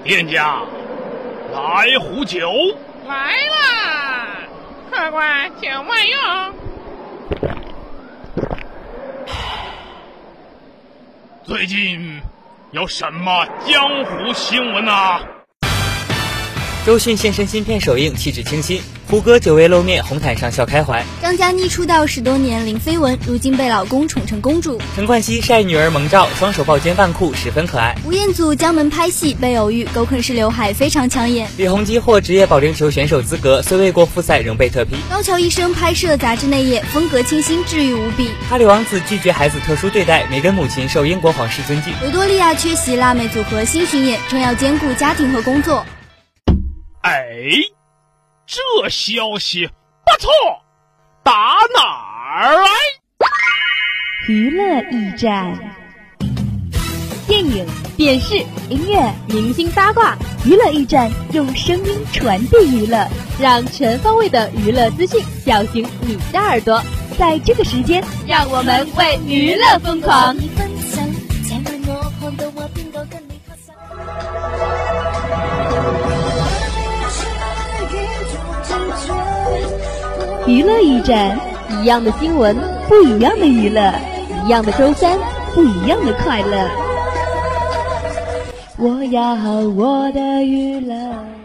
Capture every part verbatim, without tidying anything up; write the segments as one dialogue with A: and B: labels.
A: 店家，来壶酒。
B: 来啦，客官请慢用。
A: 最近有什么江湖新闻啊？
C: 周迅现身新片首映，气质清新。胡歌久未露面，红毯上笑开怀。
D: 张嘉倪出道十多年零绯闻，如今被老公宠成公主。
C: 陈冠希晒女儿萌照，双手抱肩扮酷，十分可爱。
D: 吴彦祖江门拍戏被偶遇，狗啃式刘海非常抢眼。
C: 李弘基获职业保龄球选手资格，虽未过复赛仍被特批。
D: 高桥医生拍摄杂志内页，风格清新，治愈无比。
C: 哈里王子拒绝孩子特殊对待，梅根母亲受英国皇室尊敬。
D: 维多利亚缺席辣妹组合新巡演，称要兼顾家庭和工作。
A: 哎，这消息不错，打哪儿来？
E: 娱乐驿站，电影、电视、音乐、明星八卦，娱乐驿站用声音传递娱乐，让全方位的娱乐资讯叫醒你的耳朵。在这个时间，让我们为娱乐疯狂。娱乐驿站，一样的新闻，不一样的娱乐，一样的周三，不一样的快乐。我要我的娱乐。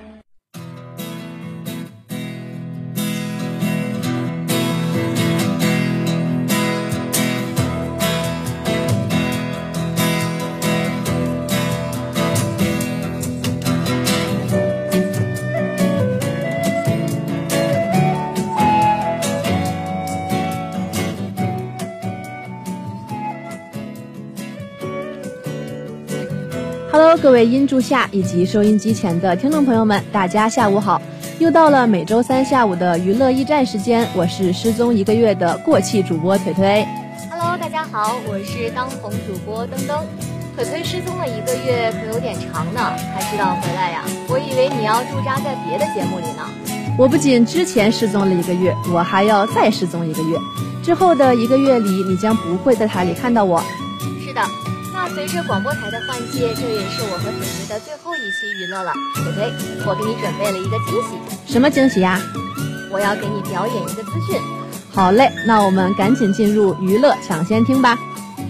F: Hello， 各位音柱下以及收音机前的听众朋友们，大家下午好！又到了每周三下午的娱乐驿站时间，我是失踪一个月的过气主播腿腿。
G: Hello， 大家好，我是当红主播登登。腿腿失踪了一个月，可有点长呢，还知道回来呀？我以为你要驻扎在别的节目里呢。
F: 我不仅之前失踪了一个月，我还要再失踪一个月。之后的一个月里，你将不会在台里看到我。
G: 是的。那随着广播台的换届，这也是我和腿腿的最后一期娱乐了。腿腿，我给你准备了一个惊喜。
F: 什么惊喜呀？
G: 我要给你表演一个资讯。
F: 好嘞，那我们赶紧进入娱乐抢先听吧。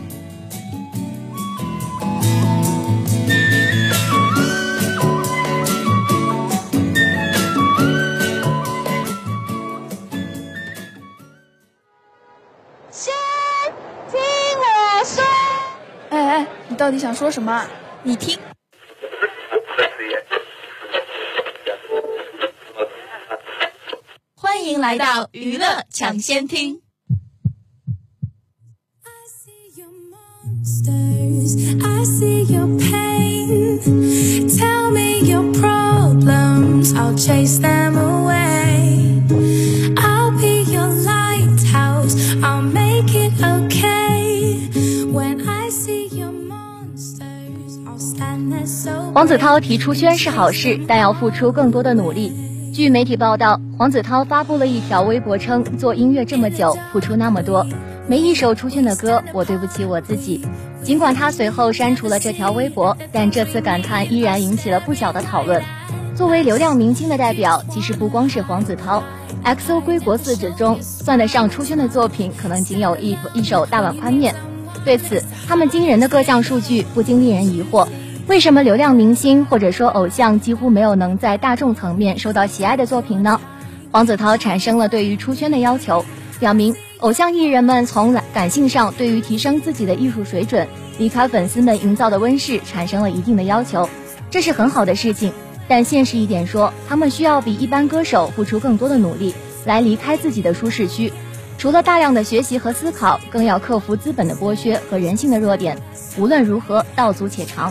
H: 你到底想说什么？你听。
E: 欢迎来到娱乐抢先听。I see your pain. Tell me your problems. I'll chase them away. I'll be your lighthouse. I'll make it okay. When I see your monsters, I'll stand there so.
G: 黄子韬提出圈是好事，但要付出更多的努力。据媒体报道，黄子韬发布了一条微博称，做音乐这么久，付出那么多，没一首出圈的歌，我对不起我自己。尽管他随后删除了这条微博，但这次感叹依然引起了不小的讨论。作为流量明星的代表，其实不光是黄子韬 ，X O 归国四子中算得上出圈的作品，可能仅有一一首大碗宽面。对此，他们惊人的各项数据不禁令人疑惑。为什么流量明星或者说偶像几乎没有能在大众层面受到喜爱的作品呢？黄子韬产生了对于出圈的要求，表明偶像艺人们从感性上对于提升自己的艺术水准，离开粉丝们营造的温室产生了一定的要求，这是很好的事情。但现实一点说，他们需要比一般歌手付出更多的努力，来离开自己的舒适区。除了大量的学习和思考，更要克服资本的剥削和人性的弱点。无论如何，道阻且长。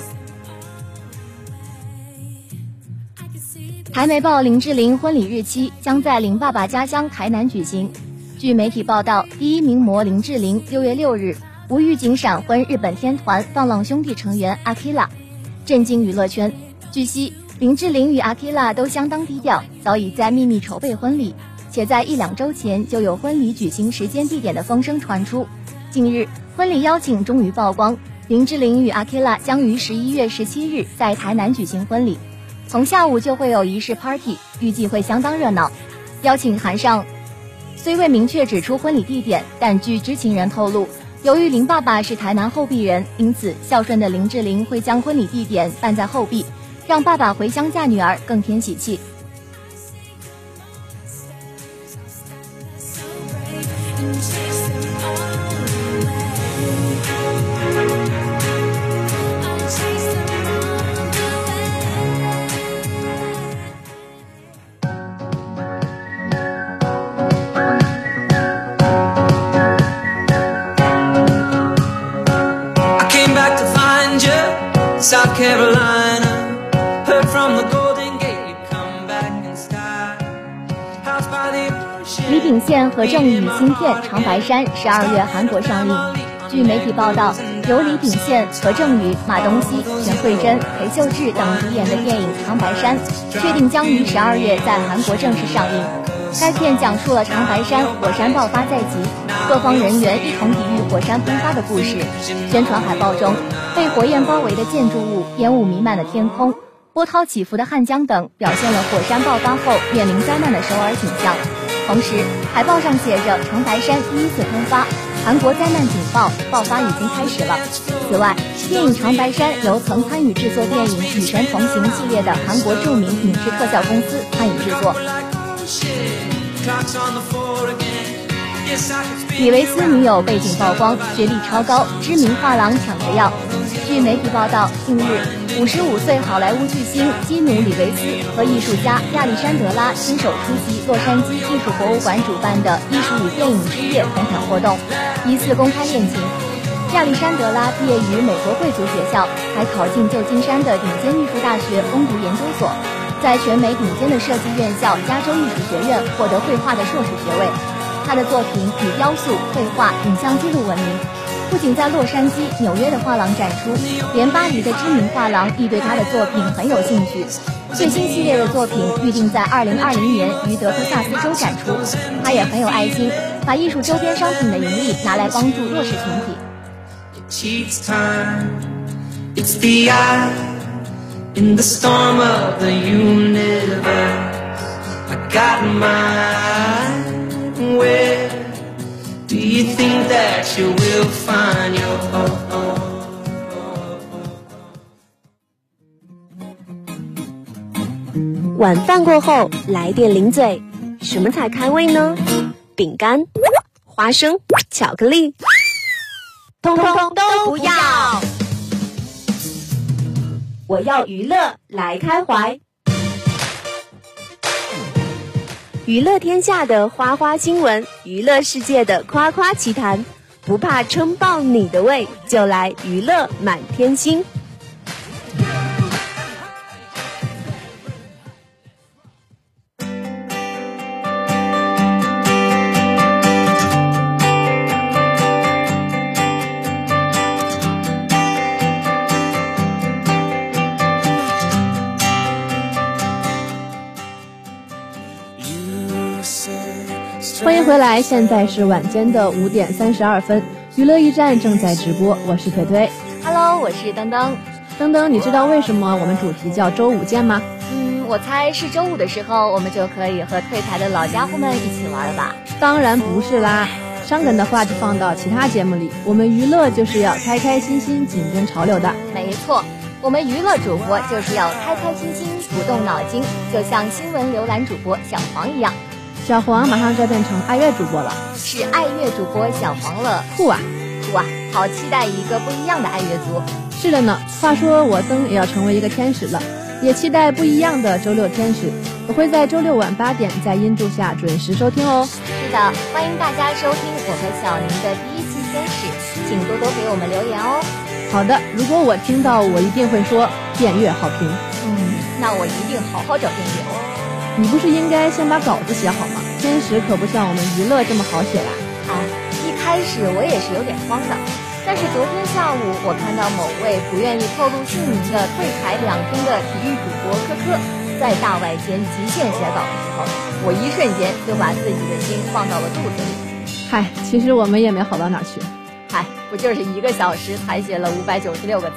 G: 台媒报林志玲婚礼日期将在林爸爸家乡台南举行。据媒体报道，第一名模林志玲六月六日无预警闪婚日本天团放浪兄弟成员阿 Kira， 震惊娱乐圈。据悉，林志玲与阿 Kira 都相当低调，早已在秘密筹备婚礼，且在一两周前就有婚礼举行时间地点的风声传出。近日，婚礼邀请终于曝光，林志玲与阿 Kira 将于十一月十七日在台南举行婚礼。 从下午就会有仪式 party， 预计会相当热闹。邀请函上虽未明确指出婚礼地点，但据知情人透露，由于林爸爸是台南后壁人，因此孝顺的林志玲会将婚礼地点办在后壁，让爸爸回乡嫁女儿更添喜气。
I: South Carolina, heard from the Golden Gate, you come back in style. House by the ocean.
G: 李秉宪和郑宇新片《长白山》十二月韩国上映。据媒体报道，由李秉宪、何正宇、马东锡、全慧珍、裴秀智等主演的电影《长白山》确定将于十二月在韩国正式上映。该片讲述了长白山火山爆发在即，各方人员一同抵御火山喷发的故事。宣传海报中，被火焰包围的建筑物、烟雾弥漫的天空、波涛起伏的汉江等，表现了火山爆发后面临灾难的首尔景象。同时，海报上写着长白山第一次喷发，韩国灾难警报爆发已经开始了。此外，电影《长白山》由曾参与制作电影《与神同行》系列的韩国著名影视特效公司参与制作。李维斯女友背景曝光，学历超高，知名画廊抢着要。据媒体报道，近日五十五岁好莱坞巨星基努·里维斯和艺术家亚历山德拉亲手出席洛杉矶艺术博物馆主办的艺术与电影之夜同场活动，疑似公开恋情。亚历山德拉毕业于美国贵族学校，还考进旧金山的顶尖艺术大学攻读研究所，在全美顶尖的设计院校加州艺术学院获得绘画的硕士学位。他的作品以雕塑、绘画、影像记录闻名，不仅在洛杉矶、纽约的画廊展出，连巴黎的知名画廊亦对他的作品很有兴趣。最新系列的作品预定在二零二零年于德克萨斯州展出。他也很有爱心，把艺术周边商品的盈利拿来帮助弱势群体。
I: It's the eye in the storm of the universe. I got mine. Where do you think that you will find your home?
J: 晚饭过后来点零嘴，什么才开胃呢？饼干、花生、巧克力，通通都不要。我要娱乐来开怀，娱乐天下的花花新闻，娱乐世界的夸夸奇谈，不怕撑爆你的胃，就来娱乐满天星。
F: 欢迎回来，现在是晚间的五点三十二分，娱乐驿站正在直播，我是腿腿。
G: Hello， 我是登登。
F: 登登，你知道为什么我们主题叫周五见吗？
G: 嗯，我猜是周五的时候，我们就可以和退台的老家伙们一起玩了吧？
F: 当然不是啦，伤感的话就放到其他节目里。我们娱乐就是要开开心心、紧跟潮流的。
G: 没错，我们娱乐主播就是要开开心心、不动脑筋，就像新闻浏览主播小黄一样。
F: 小黄马上就要变成爱乐主播了，
G: 是爱乐主播小黄了，
F: 酷啊
G: 酷啊，好期待一个不一样的爱乐族。
F: 是的呢，话说我登也要成为一个天使了，也期待不一样的周六天使。我会在周六晚八点在音柱下准时收听哦。
G: 是的，欢迎大家收听我和小宁的第一期天使，请多多给我们留言哦。
F: 好的，如果我听到，我一定会说点阅好评。
G: 嗯，那我一定好好找订阅哦。
F: 你不是应该先把稿子写好吗？天使可不像我们娱乐这么好写啦。
G: 哎，一开始我也是有点慌的，但是昨天下午我看到某位不愿意透露姓名的退台两天的体育主播科科在大外间极限写稿的时候，我一瞬间就把自己的心放到了肚子里。
F: 嗨，其实我们也没好到哪去。
G: 嗨，不就是一个小时才写了五百九十六个字吗？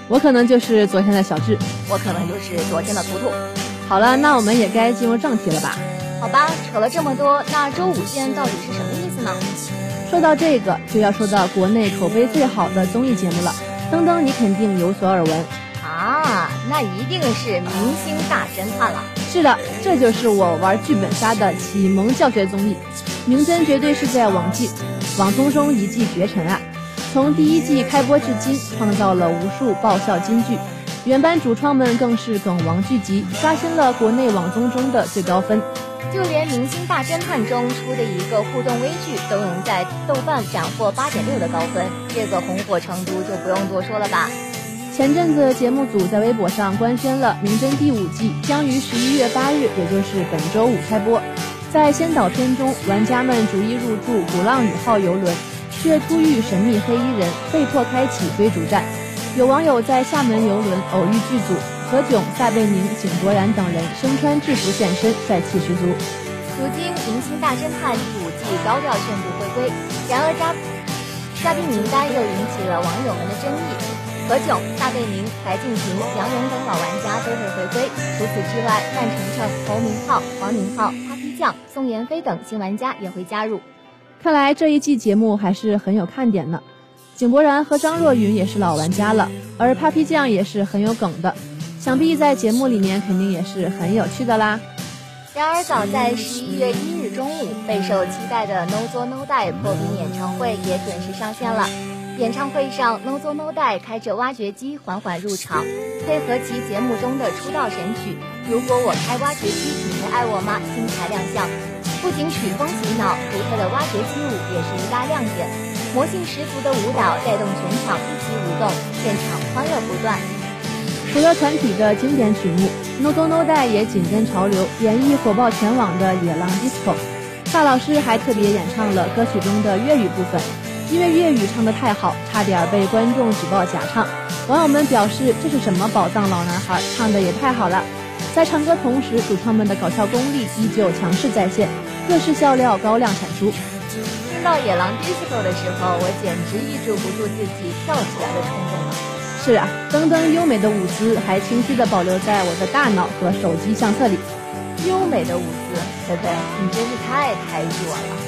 F: 我可能就是昨天的小智，
G: 我可能就是昨天的图图。
F: 好了，那我们也该进入正题了吧？
G: 好吧，扯了这么多，那周五见到底是什么意思呢？
F: 说到这个，就要说到国内口碑最好的综艺节目了。登登，你肯定有所耳闻
G: 啊，那一定是明星大侦探了。
F: 是的，这就是我玩剧本杀的启蒙教学综艺。明侦绝对是在网剧网综中一骑绝尘啊！从第一季开播至今，创造了无数爆笑金句。原班主创们更是梗王聚集，刷新了国内网综中的最高分。
G: 就连《明星大侦探》中出的一个互动微剧都能在豆瓣斩获八点六的高分，这个红火程度就不用多说了吧。
F: 前阵子节目组在微博上官宣了《明侦》第五季将于十一月八日，也就是本周五开播。在先导片中，玩家们逐一入驻鼓浪屿号游轮，却突遇神秘黑衣人，被迫开启追逐战。有网友在厦门游轮偶遇剧组，何炅、撒贝宁、井柏然等人身穿制服现身，帅气十足。
G: 如今《明星大侦探》第五季高调宣布回归，然而嘉嘉宾名单又引起了网友们的争议。何炅、撒贝宁、白敬亭、杨勇等老玩家都会回归，除此之外，范丞丞、侯明昊、黄宁昊、Papi酱、宋妍霏等新玩家也会加入。
F: 看来这一季节目还是很有看点呢。井柏然和张若昀也是老玩家了，而 Papi 酱也是很有梗的，想必在节目里面肯定也是很有趣的啦。
G: 然而早在十一月一日中午，备受期待的 No Zo No Die 破冰演唱会也准时上线了。演唱会上 No Zo No Die 开着挖掘机缓缓入场，配合其节目中的出道神曲如果我开挖掘机你会爱我吗精彩亮相。不仅曲风洗脑，独特的挖掘机舞也是一大亮点，魔性十足的舞蹈带动全场一起舞动，现场欢乐不断。
F: 除了团体的经典曲目， No Zo No Die 也紧跟潮流，演绎火爆全网的野狼 disco。 萨老师还特别演唱了歌曲中的粤语部分，因为粤语唱得太好，差点被观众举报假唱。网友们表示这是什么宝藏老男孩，唱得也太好了。在唱歌同时，主唱们的搞笑功力依旧强势在线，各式笑料高量产出。
G: 听到野狼 disco 的时候，我简直抑制不住自己跳起来的冲动了。
F: 是啊，登登优美的舞姿还清晰地保留在我的大脑和手机相册里。
G: 优美的舞姿，对对，你真是太抬举我了。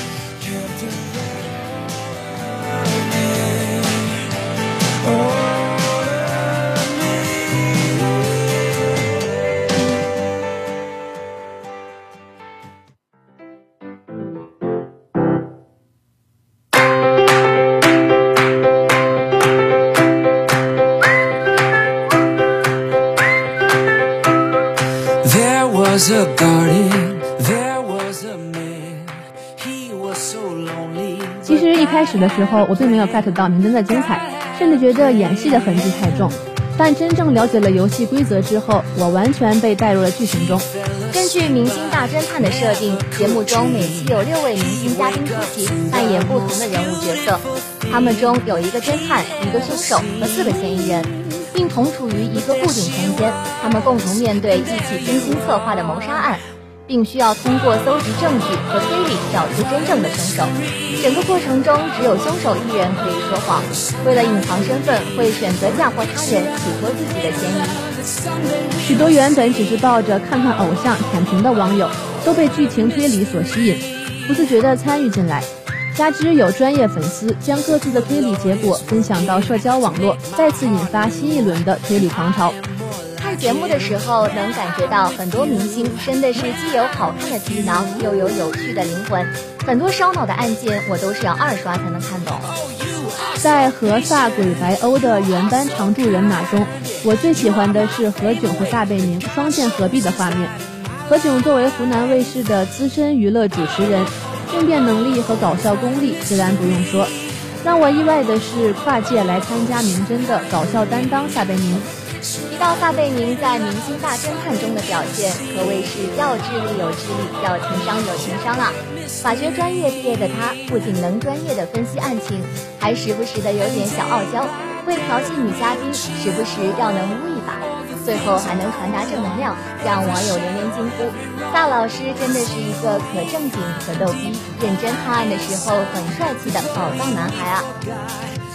F: 其实一开始的时候，我并没有 get 到明侦的精彩，甚至觉得演戏的痕迹太重。但真正了解了游戏规则之后，我完全被带入了剧情中。
G: 根据《明星大侦探》的设定，节目中每期有六位明星嘉宾出席，扮演不同的人物角色。他们中有一个侦探、一个凶手和四个嫌疑人，并同处于一个固定空间。他们共同面对一起精心策划的谋杀案，并需要通过搜集证据和推理找出真正的凶手。整个过程中只有凶手一人可以说谎，为了隐藏身份，会选择嫁祸他人，洗脱自己的嫌疑。
F: 许多原本只是抱着看看偶像舔屏的网友，都被剧情推理所吸引，不自觉地参与进来。加之有专业粉丝将各自的推理结果分享到社交网络，再次引发新一轮的推理狂潮。
G: 看节目的时候能感觉到很多明星真的是既有好看的皮囊，又有有趣的灵魂。很多烧脑的案件我都是要二刷才能看懂。
F: 在和萨鬼白欧的原班常驻人马中，我最喜欢的是何炅和撒贝宁双剑合璧的画面。何炅作为湖南卫视的资深娱乐主持人，应变能力和搞笑功力自然不用说。让我意外的是跨界来参加明侦的搞笑担当撒贝宁。
G: 提到撒贝宁在《明星大侦探》中的表现，可谓是要智力有智力，要情商有情商啊！法学专业毕业的他，不仅能专业的分析案情，还时不时的有点小傲娇，会调戏女嘉宾，时不时要能污一把，最后还能传达正能量，让网友连连惊呼：萨老师真的是一个可正经可逗逼，认真探案的时候很帅气的宝藏男孩啊！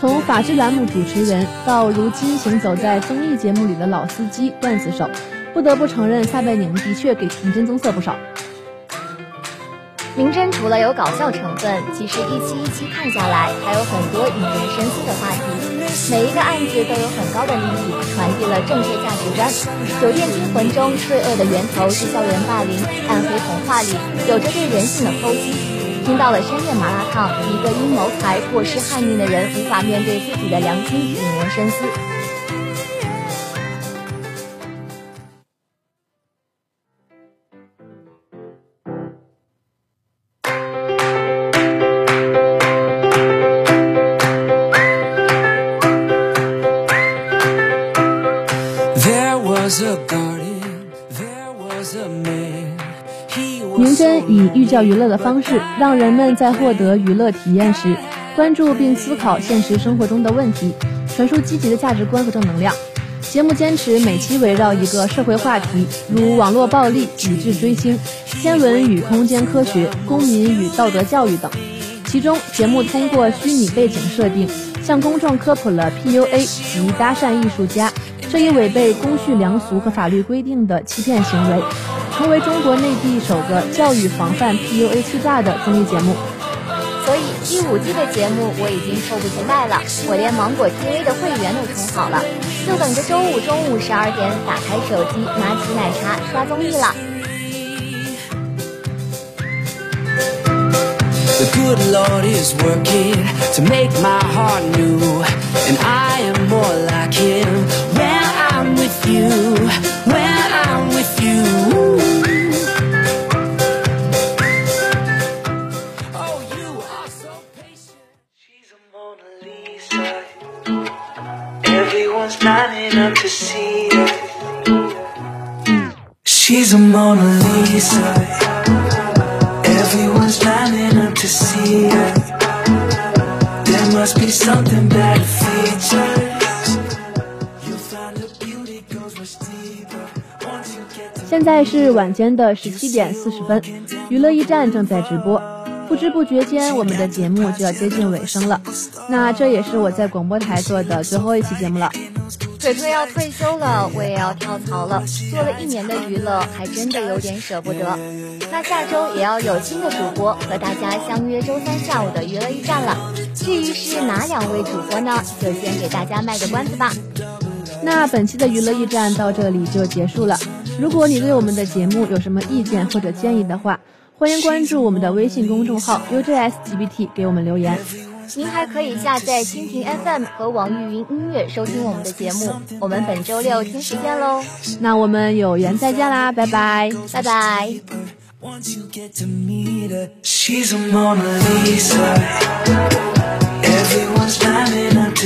F: 从法制栏目主持人到如今行走在综艺节目里的老司机段子手，不得不承认撒贝宁的确给名侦增色不少。
G: 名侦除了有搞笑成分，其实一期一期看下来还有很多引人深思的话题，每一个案子都有很高的利益，传递了正确价值观。酒店惊魂中罪恶的源头是校园霸凌，暗黑童话里有着对人性的剖析。听到了深夜麻辣烫，一个因谋财过失害命的人无法面对自己的良心，引人深思。
F: 名侦以寓教于乐的方式，让人们在获得娱乐体验时，关注并思考现实生活中的问题，传输积极的价值观和正能量。节目坚持每期围绕一个社会话题，如网络暴力、理智追星、天文与空间科学、公民与道德教育等。其中，节目通过虚拟背景设定，向公众科普了 P U A 及搭讪艺术家这一违背公序良俗和法律规定的欺骗行为，成为中国内地首个教育防范 P U A 欺诈的综艺节目。
G: 所以第五季的节目我已经迫不及待了，我连芒果 T V 的会员都充好了，就等着周五中午十二点打开手机，拿起奶茶刷综艺了。
I: The good Lord is working to make my heart new, and I am more like him when I'm with you, when I'm with you. Oh, you are so patient. She's a Mona Lisa. Everyone's lining up to see her. She's a Mona Lisa.Everyone's lining up to see her. There must be something about her features. You'll find her beauty goes much deeper. Once you get to
F: 现在是晚间的十七点四十分，娱乐驿站正在直播。不知不觉间，我们的节目就要接近尾声了。那这也是我在广播台做的最后一期节目了。
G: 腿腿要退休了，我也要跳槽了。做了一年的娱乐，还真的有点舍不得。那下周也要有新的主播和大家相约周三下午的娱乐驿站了。至于是哪两位主播呢？就先给大家卖个关子吧。
F: 那本期的娱乐驿站到这里就结束了。如果你对我们的节目有什么意见或者建议的话，欢迎关注我们的微信公众号 U J S G B T 给我们留言。
G: 您还可以下载蜻蜓 F M 和网易云音乐收听我们的节目。我们本周六天时见喽，
F: 那我们有缘再见啦，拜拜，
G: 拜拜。
I: Once you get to meet her, she's a Mona Lisa. Everyone's lining up to